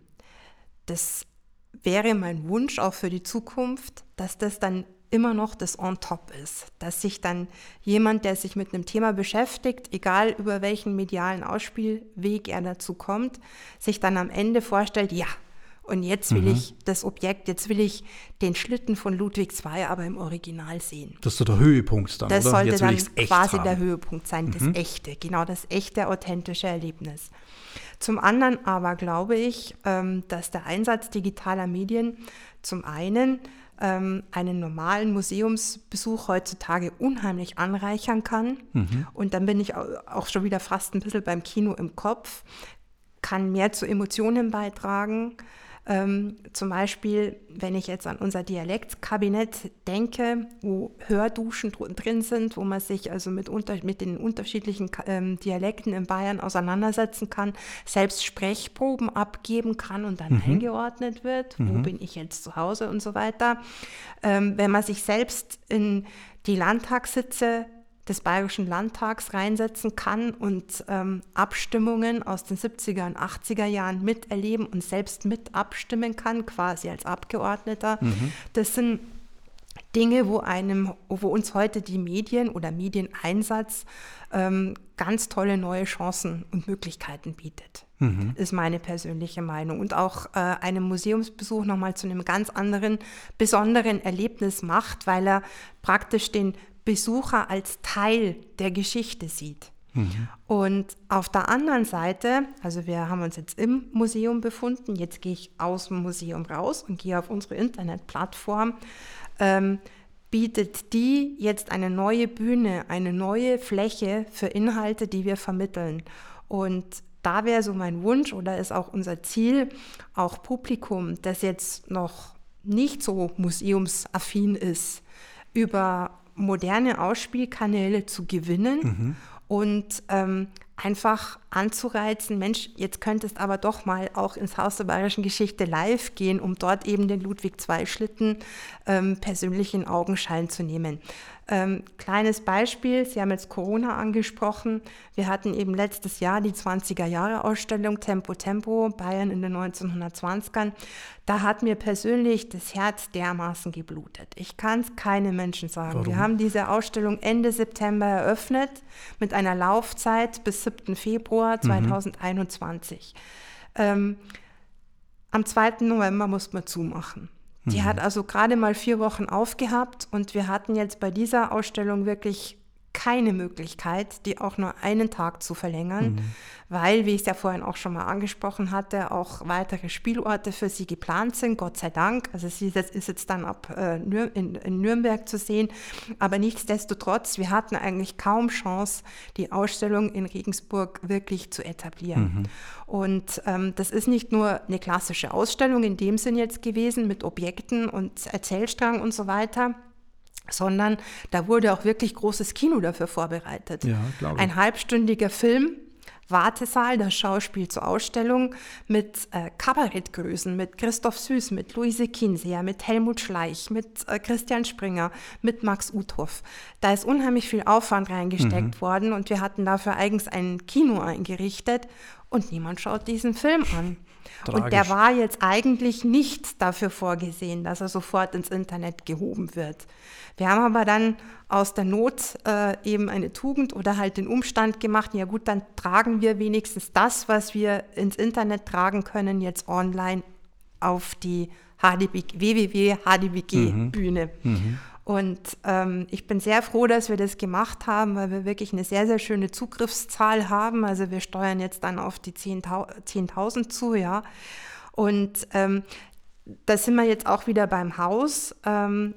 Das wäre mein Wunsch auch für die Zukunft, dass das dann immer noch das on top ist, dass sich dann jemand, der sich mit einem Thema beschäftigt, egal über welchen medialen Ausspielweg er dazu kommt, sich dann am Ende vorstellt, ja, und jetzt will Mhm. ich das Objekt, jetzt will ich den Schlitten von Ludwig der Zweite aber im Original sehen. Das ist so der Höhepunkt dann, Das oder? sollte Jetzt will dann ich's echt quasi haben. der Höhepunkt sein, das Mhm. echte, genau das echte, authentische Erlebnis. Zum anderen aber glaube ich, ähm, dass der Einsatz digitaler Medien zum einen ähm, einen normalen Museumsbesuch heutzutage unheimlich anreichern kann. Mhm. Und dann bin ich auch schon wieder fast ein bisschen beim Kino im Kopf, kann mehr zu Emotionen beitragen. Ähm, zum Beispiel, wenn ich jetzt an unser Dialektkabinett denke, wo Hörduschen dr- drin sind, wo man sich also mit, unter, mit den unterschiedlichen ähm, Dialekten in Bayern auseinandersetzen kann, selbst Sprechproben abgeben kann und dann Mhm. eingeordnet wird, wo Mhm. bin ich jetzt zu Hause und so weiter. Ähm, wenn man sich selbst in die Landtagssitze des Bayerischen Landtags reinsetzen kann und ähm, Abstimmungen aus den siebziger und achtziger Jahren miterleben und selbst mit abstimmen kann, quasi als Abgeordneter. Mhm. Das sind Dinge, wo, einem, wo uns heute die Medien oder Medieneinsatz ähm, ganz tolle neue Chancen und Möglichkeiten bietet. Mhm. Ist meine persönliche Meinung. Und auch äh, einen Museumsbesuch nochmal zu einem ganz anderen, besonderen Erlebnis macht, weil er praktisch den Besucher als Teil der Geschichte sieht. Mhm. Und auf der anderen Seite, also wir haben uns jetzt im Museum befunden, jetzt gehe ich aus dem Museum raus und gehe auf unsere Internetplattform, ähm, bietet die jetzt eine neue Bühne, eine neue Fläche für Inhalte, die wir vermitteln. Und da wäre so mein Wunsch oder ist auch unser Ziel, auch Publikum, das jetzt noch nicht so museumsaffin ist, über moderne Ausspielkanäle zu gewinnen mhm. und ähm, einfach anzureizen, Mensch, jetzt könntest aber doch mal auch ins Haus der Bayerischen Geschichte live gehen, um dort eben den Ludwig zwei Schlitten ähm, persönlich in Augenschein zu nehmen. Ähm, kleines Beispiel, Sie haben jetzt Corona angesprochen. Wir hatten eben letztes Jahr die zwanziger-Jahre-Ausstellung Tempo Tempo, Bayern in den neunzehnhundertzwanzigern. Da hat mir persönlich das Herz dermaßen geblutet. Ich kann es keinem Menschen sagen. Warum? Wir haben diese Ausstellung Ende September eröffnet mit einer Laufzeit bis siebten Februar zweitausendeinundzwanzig. Mhm. Ähm, am zweiten November mussten wir zumachen. Die hat also gerade mal vier Wochen aufgehabt und wir hatten jetzt bei dieser Ausstellung wirklich keine Möglichkeit, die auch nur einen Tag zu verlängern, mhm. weil, wie ich es ja vorhin auch schon mal angesprochen hatte, auch weitere Spielorte für sie geplant sind, Gott sei Dank. Also sie ist jetzt dann ab äh, Nür- in, in Nürnberg zu sehen, aber nichtsdestotrotz, wir hatten eigentlich kaum Chance, die Ausstellung in Regensburg wirklich zu etablieren. Mhm. Und ähm, das ist nicht nur eine klassische Ausstellung in dem Sinn jetzt gewesen mit Objekten und Erzählstrang und so weiter, sondern da wurde auch wirklich großes Kino dafür vorbereitet. Ja, glaube ich. Ein halbstündiger Film, Wartesaal, das Schauspiel zur Ausstellung mit äh, Kabarettgrößen, mit Christoph Süß, mit Luise Kinseher, mit Helmut Schleich, mit äh, Christian Springer, mit Max Uthoff. Da ist unheimlich viel Aufwand reingesteckt mhm. worden und wir hatten dafür eigens ein Kino eingerichtet und niemand schaut diesen Film an. Tragisch. Und der war jetzt eigentlich nicht dafür vorgesehen, dass er sofort ins Internet gehoben wird. Wir haben aber dann aus der Not äh, eben eine Tugend oder halt den Umstand gemacht, ja gut, dann tragen wir wenigstens das, was wir ins Internet tragen können, jetzt online auf die w w w punkt h d b g-Bühne. Mhm. Mhm. Und ähm, ich bin sehr froh, dass wir das gemacht haben, weil wir wirklich eine sehr, sehr schöne Zugriffszahl haben. Also wir steuern jetzt dann auf die zehntausend zu, ja. Und ähm, da sind wir jetzt auch wieder beim Haus, ähm,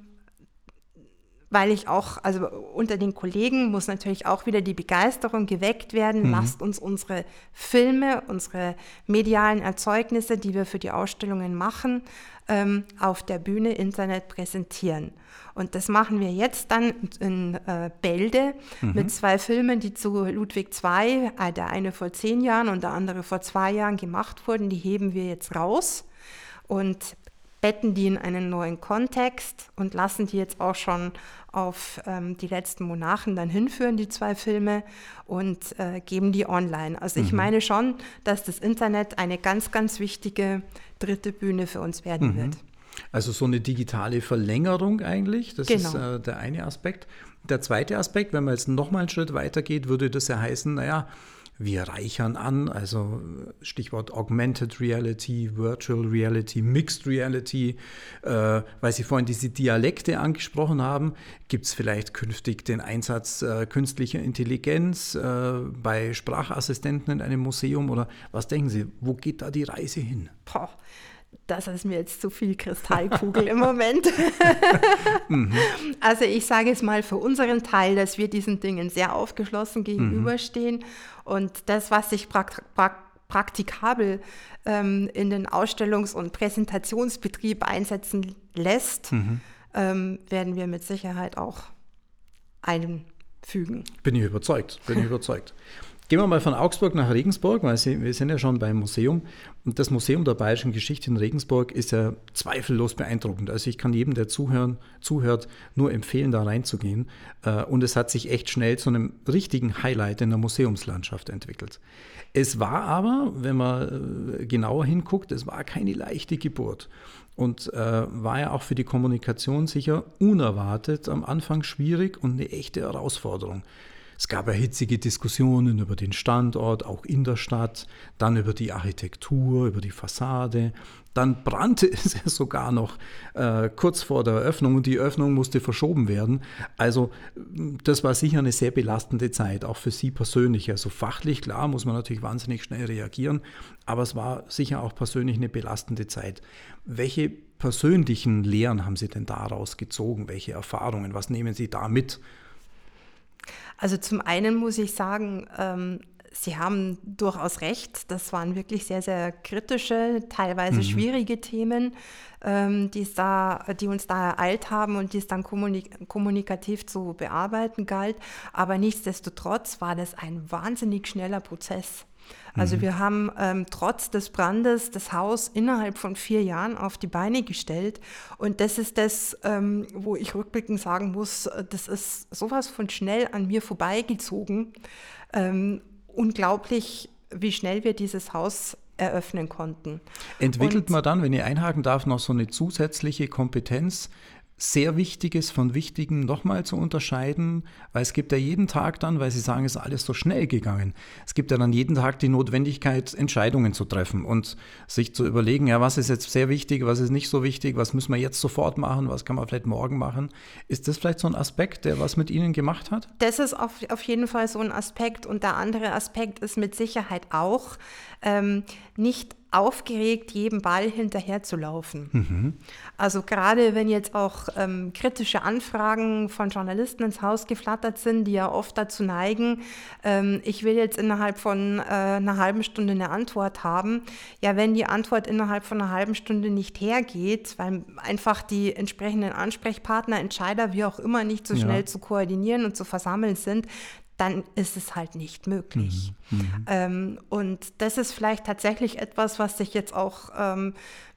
weil ich auch, also unter den Kollegen muss natürlich auch wieder die Begeisterung geweckt werden. Mhm. Lasst uns unsere Filme, unsere medialen Erzeugnisse, die wir für die Ausstellungen machen, ähm, auf der Bühne Internet präsentieren. Und das machen wir jetzt dann in äh, Bälde mhm. mit zwei Filmen, die zu Ludwig zwei, äh, der eine vor zehn Jahren und der andere vor zwei Jahren gemacht wurden. Die heben wir jetzt raus und betten die in einen neuen Kontext und lassen die jetzt auch schon auf ähm, die letzten Monarchen dann hinführen, die zwei Filme, und äh, geben die online. Also ich mhm. meine schon, dass das Internet eine ganz, ganz wichtige dritte Bühne für uns werden mhm. wird. Also so eine digitale Verlängerung eigentlich, das genau. ist äh, der eine Aspekt. Der zweite Aspekt, wenn man jetzt nochmal einen Schritt weiter geht, würde das ja heißen, naja, wir reichern an, also Stichwort Augmented Reality, Virtual Reality, Mixed Reality, äh, weil Sie vorhin diese Dialekte angesprochen haben, gibt es vielleicht künftig den Einsatz äh, künstlicher Intelligenz äh, bei Sprachassistenten in einem Museum oder was denken Sie, wo geht da die Reise hin? Boah. Das ist mir jetzt zu viel Kristallkugel im Moment. mhm. Also ich sage es mal für unseren Teil, dass wir diesen Dingen sehr aufgeschlossen gegenüberstehen. Mhm. Und das, was sich prakt- prakt- praktikabel ähm, in den Ausstellungs- und Präsentationsbetrieb einsetzen lässt, mhm. ähm, werden wir mit Sicherheit auch einfügen. Bin ich überzeugt, bin ich überzeugt. Gehen wir mal von Augsburg nach Regensburg, weil Sie, wir sind ja schon beim Museum. Und das Museum der Bayerischen Geschichte in Regensburg ist ja zweifellos beeindruckend. Also ich kann jedem, der zuhören, zuhört, nur empfehlen, da reinzugehen. Und es hat sich echt schnell zu einem richtigen Highlight in der Museumslandschaft entwickelt. Es war aber, wenn man genauer hinguckt, es war keine leichte Geburt. Und äh, war ja auch für die Kommunikation sicher unerwartet am Anfang schwierig und eine echte Herausforderung. Es gab ja hitzige Diskussionen über den Standort, auch in der Stadt, dann über die Architektur, über die Fassade. Dann brannte es ja sogar noch äh, kurz vor der Eröffnung und die Eröffnung musste verschoben werden. Also das war sicher eine sehr belastende Zeit, auch für Sie persönlich. Also fachlich, klar, muss man natürlich wahnsinnig schnell reagieren, aber es war sicher auch persönlich eine belastende Zeit. Welche persönlichen Lehren haben Sie denn daraus gezogen? Welche Erfahrungen, was nehmen Sie da mit? Also zum einen muss ich sagen, ähm, Sie haben durchaus recht, das waren wirklich sehr, sehr kritische, teilweise mhm. schwierige Themen, ähm, die, es da, die uns da ereilt haben und die es dann kommunik- kommunikativ zu bearbeiten galt. Aber nichtsdestotrotz war das ein wahnsinnig schneller Prozess. Also mhm. wir haben ähm, trotz des Brandes das Haus innerhalb von vier Jahren auf die Beine gestellt. Und das ist das, ähm, wo ich rückblickend sagen muss, das ist sowas von schnell an mir vorbeigezogen. Ähm, unglaublich, wie schnell wir dieses Haus eröffnen konnten. Entwickelt Und, man dann, wenn ich einhaken darf, noch so eine zusätzliche Kompetenz, sehr Wichtiges von Wichtigem nochmal zu unterscheiden, weil es gibt ja jeden Tag dann, weil Sie sagen, es ist alles so schnell gegangen, es gibt ja dann jeden Tag die Notwendigkeit, Entscheidungen zu treffen und sich zu überlegen, ja, was ist jetzt sehr wichtig, was ist nicht so wichtig, was müssen wir jetzt sofort machen, was kann man vielleicht morgen machen. Ist das vielleicht so ein Aspekt, der was mit Ihnen gemacht hat? Das ist auf, auf jeden Fall so ein Aspekt und der andere Aspekt ist mit Sicherheit auch, ähm, nicht aufgeregt, jedem Ball hinterher zu laufen. Mhm. Also gerade wenn jetzt auch ähm, kritische Anfragen von Journalisten ins Haus geflattert sind, die ja oft dazu neigen, ähm, ich will jetzt innerhalb von äh, einer halben Stunde eine Antwort haben. Ja, wenn die Antwort innerhalb von einer halben Stunde nicht hergeht, weil einfach die entsprechenden Ansprechpartner, Entscheider, wie auch immer, nicht so schnell ja. zu koordinieren und zu versammeln sind, dann ist es halt nicht möglich. Mhm. Ähm, und das ist vielleicht tatsächlich etwas, was sich jetzt auch ähm,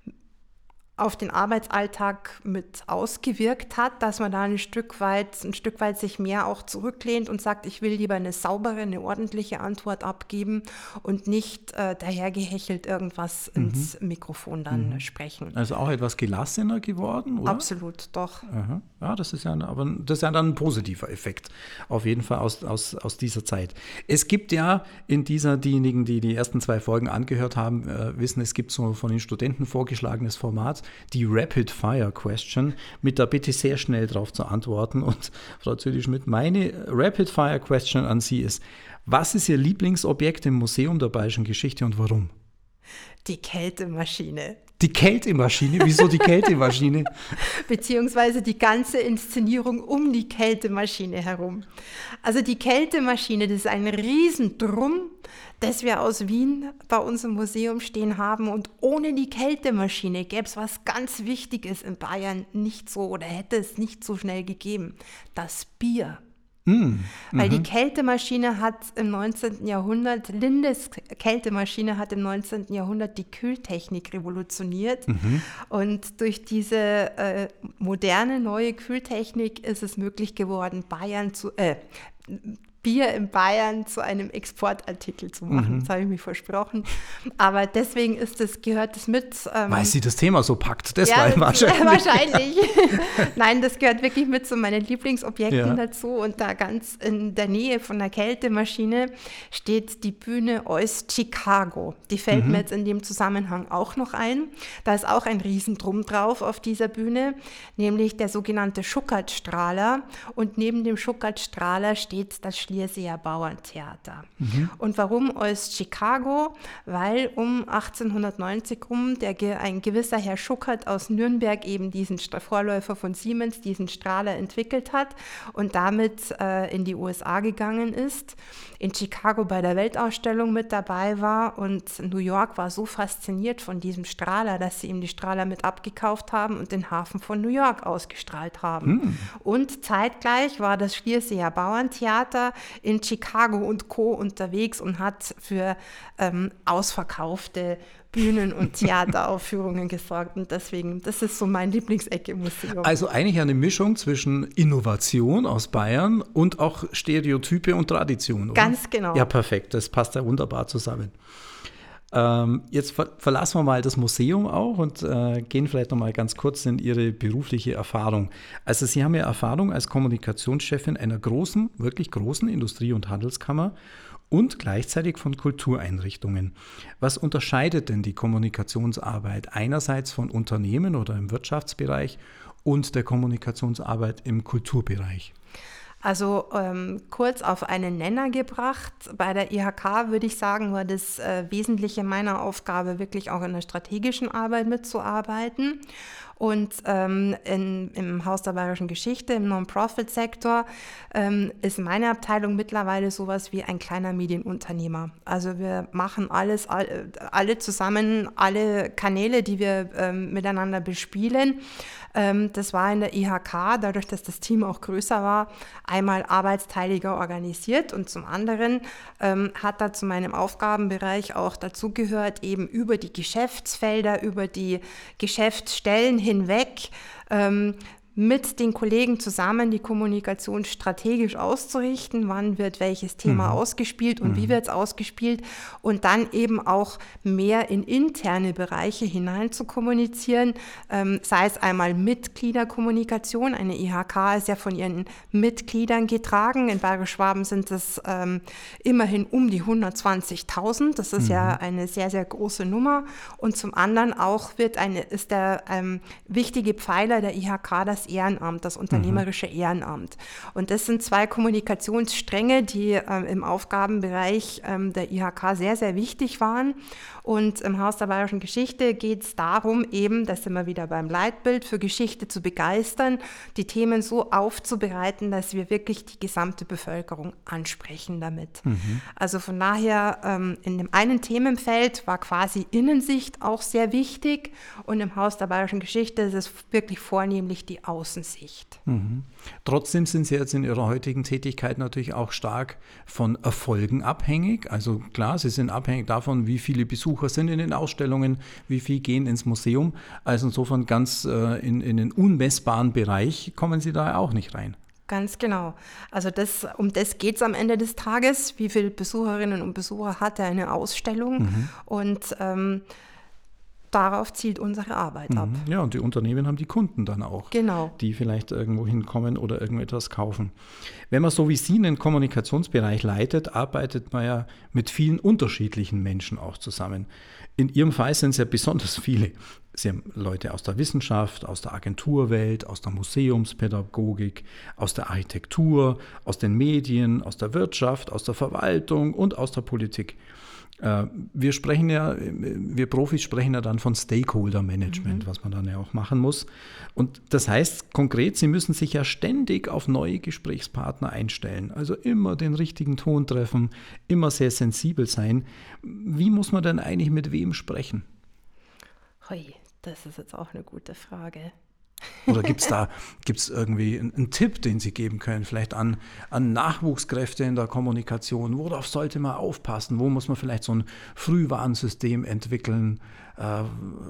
auf den Arbeitsalltag mit ausgewirkt hat, dass man da ein Stück weit, ein Stück weit sich mehr auch zurücklehnt und sagt, ich will lieber eine saubere, eine ordentliche Antwort abgeben und nicht äh, dahergehechelt irgendwas mhm. ins Mikrofon dann mhm. sprechen. Also auch etwas gelassener geworden, oder? Absolut, doch. Aha. Ja, das ist ja, aber das ist ja dann ein positiver Effekt, auf jeden Fall aus, aus, aus dieser Zeit. Es gibt ja in dieser, diejenigen, die die ersten zwei Folgen angehört haben, äh, wissen, es gibt so von den Studenten vorgeschlagenes Format, die Rapid-Fire-Question, mit der Bitte sehr schnell darauf zu antworten. Und Frau Züdi-Schmidt, meine Rapid-Fire-Question an Sie ist, was ist Ihr Lieblingsobjekt im Museum der Bayerischen Geschichte und warum? Die Kältemaschine. Die Kältemaschine? Wieso die Kältemaschine? Beziehungsweise die ganze Inszenierung um die Kältemaschine herum. Also die Kältemaschine, das ist ein Riesendrum, das wir aus Wien bei uns im Museum stehen haben. Und ohne die Kältemaschine gäbe es was ganz Wichtiges in Bayern nicht so oder hätte es nicht so schnell gegeben. Das Bier. Mm, Weil die Kältemaschine hat im neunzehnten Jahrhundert, Lindes Kältemaschine hat im neunzehnten Jahrhundert die Kühltechnik revolutioniert. Mhm. Und durch diese äh, moderne, neue Kühltechnik ist es möglich geworden, Bayern zu, äh, Bier in Bayern zu einem Exportartikel zu machen. Mhm. Das habe ich mir versprochen. Aber deswegen ist es, gehört es mit. Ähm, Weil sie das Thema so packt, das ja, war wahrscheinlich. wahrscheinlich. Nein, das gehört wirklich mit zu meinen Lieblingsobjekten ja. dazu. Und da ganz in der Nähe von der Kältemaschine steht die Bühne Ost-Chicago. Die fällt mhm. mir jetzt in dem Zusammenhang auch noch ein. Da ist auch ein Riesendrum drauf auf dieser Bühne, nämlich der sogenannte Schuckertstrahler. Und neben dem Schuckertstrahler steht das Schlierseer Bauerntheater. Mhm. Und warum Ost-Chicago? Weil um achtzehnhundertneunzig rum der, ein gewisser Herr Schuckert aus Nürnberg eben diesen Vorläufer von Siemens, diesen Strahler entwickelt hat und damit äh, in die U S A gegangen ist, in Chicago bei der Weltausstellung mit dabei war und New York war so fasziniert von diesem Strahler, dass sie ihm die Strahler mit abgekauft haben und den Hafen von New York ausgestrahlt haben. Mhm. Und zeitgleich war das Schlierseer Bauerntheater in Chicago und Co. unterwegs und hat für ähm, ausverkaufte Bühnen- und Theateraufführungen gesorgt. Und deswegen, das ist so mein Lieblingseck im Museum. Also eigentlich eine Mischung zwischen Innovation aus Bayern und auch Stereotype und Tradition, oder? Ganz genau. Ja, perfekt. Das passt ja wunderbar zusammen. Ähm, jetzt ver- verlassen wir mal das Museum auch und äh, gehen vielleicht noch mal ganz kurz in Ihre berufliche Erfahrung. Also Sie haben ja Erfahrung als Kommunikationschefin einer großen, wirklich großen Industrie- und Handelskammer und gleichzeitig von Kultureinrichtungen. Was unterscheidet denn die Kommunikationsarbeit einerseits von Unternehmen oder im Wirtschaftsbereich und der Kommunikationsarbeit im Kulturbereich? Also ähm, kurz auf einen Nenner gebracht, bei der I H K würde ich sagen, war das äh, Wesentliche meiner Aufgabe, wirklich auch in der strategischen Arbeit mitzuarbeiten. Und ähm, in, im Haus der Bayerischen Geschichte, im Non-Profit-Sektor, ähm, ist meine Abteilung mittlerweile sowas wie ein kleiner Medienunternehmer. Also wir machen alles, all, alle zusammen, alle Kanäle, die wir ähm, miteinander bespielen. Ähm, das war in der I H K, dadurch, dass das Team auch größer war, einmal arbeitsteiliger organisiert und zum anderen ähm, hat da zu meinem Aufgabenbereich auch dazugehört, eben über die Geschäftsfelder, über die Geschäftsstellen hinweg ähm, mit den Kollegen zusammen die Kommunikation strategisch auszurichten, wann wird welches Thema mhm. ausgespielt und mhm. wie wird es ausgespielt und dann eben auch mehr in interne Bereiche hinein zu kommunizieren, ähm, sei es einmal Mitgliederkommunikation, eine I H K ist ja von ihren Mitgliedern getragen, in Bayerisch-Schwaben sind es ähm, immerhin um die hundertzwanzigtausend, das ist mhm. ja eine sehr, sehr große Nummer und zum anderen auch wird eine, ist der ähm, wichtige Pfeiler der I H K das Ehrenamt, das unternehmerische mhm. Ehrenamt. Und das sind zwei Kommunikationsstränge, die ähm, im Aufgabenbereich ähm, der I H K sehr, sehr wichtig waren. Und im Haus der Bayerischen Geschichte geht es darum, eben, das sind wir wieder beim Leitbild, für Geschichte zu begeistern, die Themen so aufzubereiten, dass wir wirklich die gesamte Bevölkerung ansprechen damit. Mhm. Also von daher, ähm, in dem einen Themenfeld war quasi Innensicht auch sehr wichtig und im Haus der Bayerischen Geschichte ist es wirklich vornehmlich die Außensicht. Mhm. Trotzdem sind Sie jetzt in Ihrer heutigen Tätigkeit natürlich auch stark von Erfolgen abhängig. Also klar, Sie sind abhängig davon, wie viele Besucher sind in den Ausstellungen, wie viel gehen ins Museum. Also insofern ganz äh, in, in den unmessbaren Bereich kommen Sie da auch nicht rein. Ganz genau. Also das, um das geht es am Ende des Tages. Wie viele Besucherinnen und Besucher hat eine Ausstellung? Mhm. Und ähm, darauf zielt unsere Arbeit ab. Ja, und die Unternehmen haben die Kunden dann auch, genau. die vielleicht irgendwo hinkommen oder irgendetwas kaufen. Wenn man so wie Sie einen Kommunikationsbereich leitet, arbeitet man ja mit vielen unterschiedlichen Menschen auch zusammen. In Ihrem Fall sind es ja besonders viele. Sie haben Leute aus der Wissenschaft, aus der Agenturwelt, aus der Museumspädagogik, aus der Architektur, aus den Medien, aus der Wirtschaft, aus der Verwaltung und aus der Politik. Wir sprechen ja, wir Profis sprechen ja dann von Stakeholder-Management, mhm. was man dann ja auch machen muss. Und das heißt konkret, Sie müssen sich ja ständig auf neue Gesprächspartner einstellen. Also immer den richtigen Ton treffen, immer sehr sensibel sein. Wie muss man denn eigentlich mit wem sprechen? Hui, das ist jetzt auch eine gute Frage. Oder gibt es da gibt's irgendwie einen, einen Tipp, den Sie geben können, vielleicht an, an Nachwuchskräfte in der Kommunikation? Worauf sollte man aufpassen? Wo muss man vielleicht so ein Frühwarnsystem entwickeln? Äh,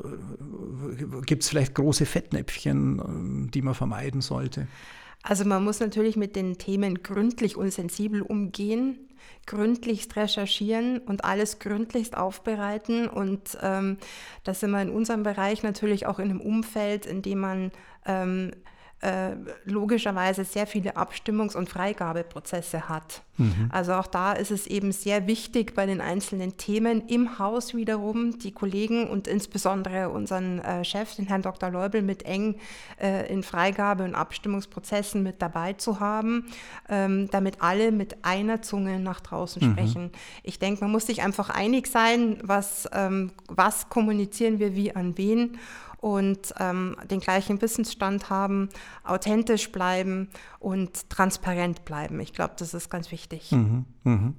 gibt es vielleicht große Fettnäpfchen, die man vermeiden sollte? Also man muss natürlich mit den Themen gründlich und sensibel umgehen, gründlichst recherchieren und alles gründlichst aufbereiten. Und ähm, das sind wir in unserem Bereich natürlich auch in einem Umfeld, in dem man ähm, äh, logischerweise sehr viele Abstimmungs- und Freigabeprozesse hat. Mhm. Also auch da ist es eben sehr wichtig bei den einzelnen Themen im Haus wiederum die Kollegen und insbesondere unseren äh, Chef, den Herrn Doktor Leubel, mit eng äh, in Freigabe- und Abstimmungsprozessen mit dabei zu haben, ähm, damit alle mit einer Zunge nach draußen mhm. sprechen. Ich denke, man muss sich einfach einig sein, was, ähm, was kommunizieren wir wie an wen und ähm, den gleichen Wissensstand haben, authentisch bleiben und transparent bleiben. Ich glaube, das ist ganz wichtig. Mhm, mh.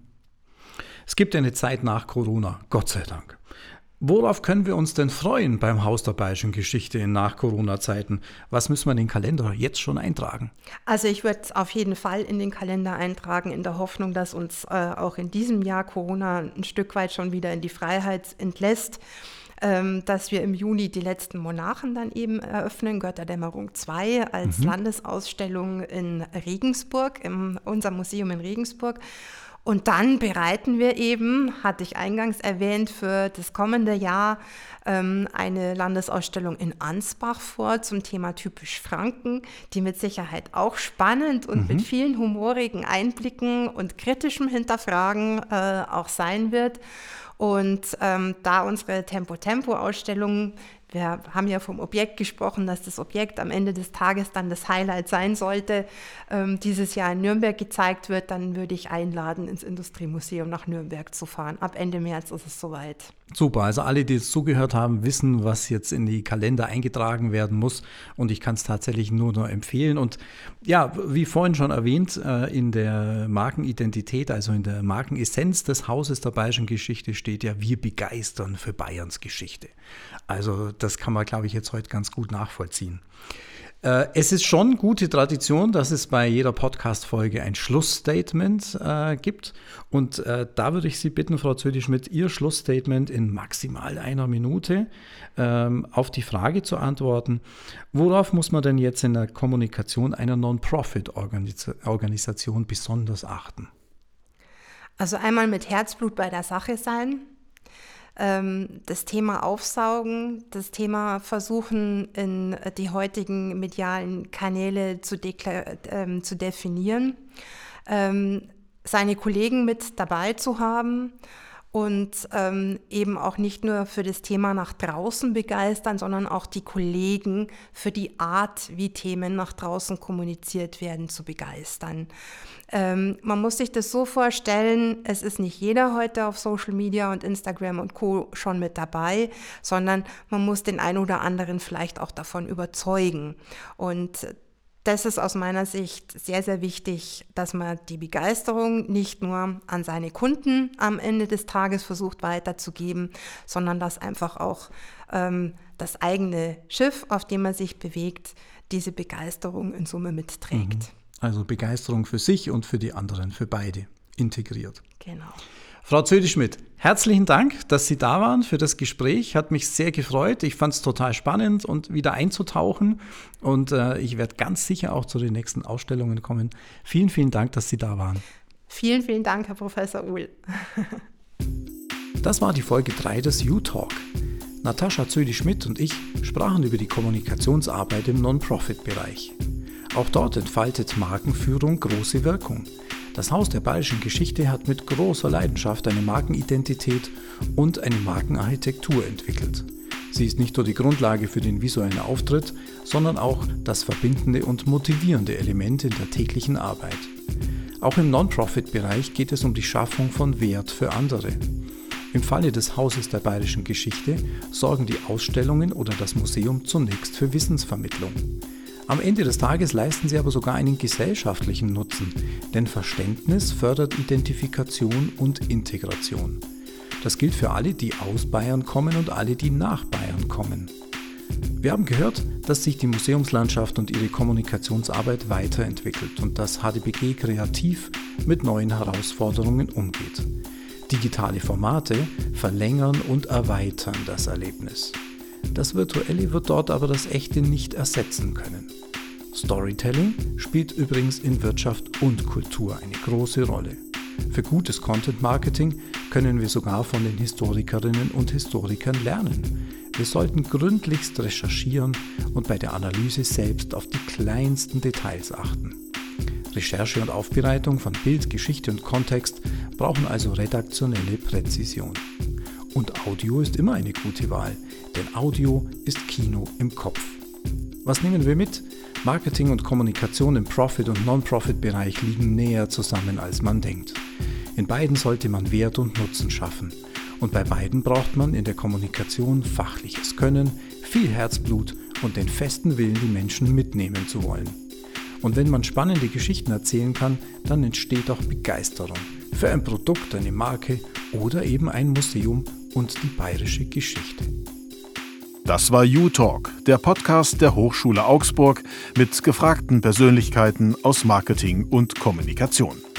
Es gibt eine Zeit nach Corona, Gott sei Dank. Worauf können wir uns denn freuen beim Haus der Bayerischen Geschichte in Nach-Corona-Zeiten? Was müssen wir in den Kalender jetzt schon eintragen? Also ich würde es auf jeden Fall in den Kalender eintragen, in der Hoffnung, dass uns äh, auch in diesem Jahr Corona ein Stück weit schon wieder in die Freiheit entlässt. Dass wir im Juni die letzten Monarchen dann eben eröffnen, Götterdämmerung zwei als mhm. Landesausstellung in Regensburg, in unserem Museum in Regensburg. Und dann bereiten wir eben, hatte ich eingangs erwähnt, für das kommende Jahr ähm, eine Landesausstellung in Ansbach vor zum Thema typisch Franken, die mit Sicherheit auch spannend und mhm. mit vielen humorigen Einblicken und kritischem Hinterfragen äh, auch sein wird. Und ähm, da unsere Tempo-Tempo-Ausstellung Wir haben ja vom Objekt gesprochen, dass das Objekt am Ende des Tages dann das Highlight sein sollte, ähm, dieses Jahr in Nürnberg gezeigt wird, dann würde ich einladen, ins Industriemuseum nach Nürnberg zu fahren. Ab Ende März ist es soweit. Super, also alle, die jetzt zugehört haben, wissen, was jetzt in die Kalender eingetragen werden muss und ich kann es tatsächlich nur noch empfehlen. Und ja, wie vorhin schon erwähnt, in der Markenidentität, also in der Markenessenz des Hauses der Bayerischen Geschichte steht ja, wir begeistern für Bayerns Geschichte. Also das kann man, glaube ich, jetzt heute ganz gut nachvollziehen. Es ist schon gute Tradition, dass es bei jeder Podcast-Folge ein Schlussstatement äh, gibt. Und äh, da würde ich Sie bitten, Frau Zödi-Schmidt, Ihr Schlussstatement in maximal einer Minute ähm, auf die Frage zu antworten, worauf muss man denn jetzt in der Kommunikation einer Non-Profit-Organisation besonders achten? Also einmal mit Herzblut bei der Sache sein. Das Thema aufsaugen, das Thema versuchen, in die heutigen medialen Kanäle zu, deklar- ähm, zu definieren, ähm, seine Kollegen mit dabei zu haben und ähm, eben auch nicht nur für das Thema nach draußen begeistern, sondern auch die Kollegen für die Art, wie Themen nach draußen kommuniziert werden, zu begeistern. Ähm, man muss sich das so vorstellen, es ist nicht jeder heute auf Social Media und Instagram und Co. schon mit dabei, sondern man muss den einen oder anderen vielleicht auch davon überzeugen. Und das ist aus meiner Sicht sehr, sehr wichtig, dass man die Begeisterung nicht nur an seine Kunden am Ende des Tages versucht weiterzugeben, sondern dass einfach auch ähm, das eigene Schiff, auf dem man sich bewegt, diese Begeisterung in Summe mitträgt. Mhm. Also Begeisterung für sich und für die anderen, für beide integriert. Genau. Frau Zödi-Schmidt, herzlichen Dank, dass Sie da waren für das Gespräch. Hat mich sehr gefreut. Ich fand es total spannend und wieder einzutauchen. Und äh, ich werde ganz sicher auch zu den nächsten Ausstellungen kommen. Vielen, vielen Dank, dass Sie da waren. Vielen, vielen Dank, Herr Professor Uhl. Das war die Folge drei des U-Talk. Natascha Zödi-Schmidt und ich sprachen über die Kommunikationsarbeit im Non-Profit-Bereich. Auch dort entfaltet Markenführung große Wirkung. Das Haus der Bayerischen Geschichte hat mit großer Leidenschaft eine Markenidentität und eine Markenarchitektur entwickelt. Sie ist nicht nur die Grundlage für den visuellen Auftritt, sondern auch das verbindende und motivierende Element in der täglichen Arbeit. Auch im Non-Profit-Bereich geht es um die Schaffung von Wert für andere. Im Falle des Hauses der Bayerischen Geschichte sorgen die Ausstellungen oder das Museum zunächst für Wissensvermittlung. Am Ende des Tages leisten sie aber sogar einen gesellschaftlichen Nutzen, denn Verständnis fördert Identifikation und Integration. Das gilt für alle, die aus Bayern kommen und alle, die nach Bayern kommen. Wir haben gehört, dass sich die Museumslandschaft und ihre Kommunikationsarbeit weiterentwickelt und dass H D B G kreativ mit neuen Herausforderungen umgeht. Digitale Formate verlängern und erweitern das Erlebnis. Das Virtuelle wird dort aber das Echte nicht ersetzen können. Storytelling spielt übrigens in Wirtschaft und Kultur eine große Rolle. Für gutes Content-Marketing können wir sogar von den Historikerinnen und Historikern lernen. Wir sollten gründlichst recherchieren und bei der Analyse selbst auf die kleinsten Details achten. Recherche und Aufbereitung von Bild, Geschichte und Kontext brauchen also redaktionelle Präzision. Und Audio ist immer eine gute Wahl, denn Audio ist Kino im Kopf. Was nehmen wir mit? Marketing und Kommunikation im Profit- und Non-Profit-Bereich liegen näher zusammen, als man denkt. In beiden sollte man Wert und Nutzen schaffen. Und bei beiden braucht man in der Kommunikation fachliches Können, viel Herzblut und den festen Willen, die Menschen mitnehmen zu wollen. Und wenn man spannende Geschichten erzählen kann, dann entsteht auch Begeisterung für ein Produkt, eine Marke oder eben ein Museum und die bayerische Geschichte. Das war U-Talk, der Podcast der Hochschule Augsburg mit gefragten Persönlichkeiten aus Marketing und Kommunikation.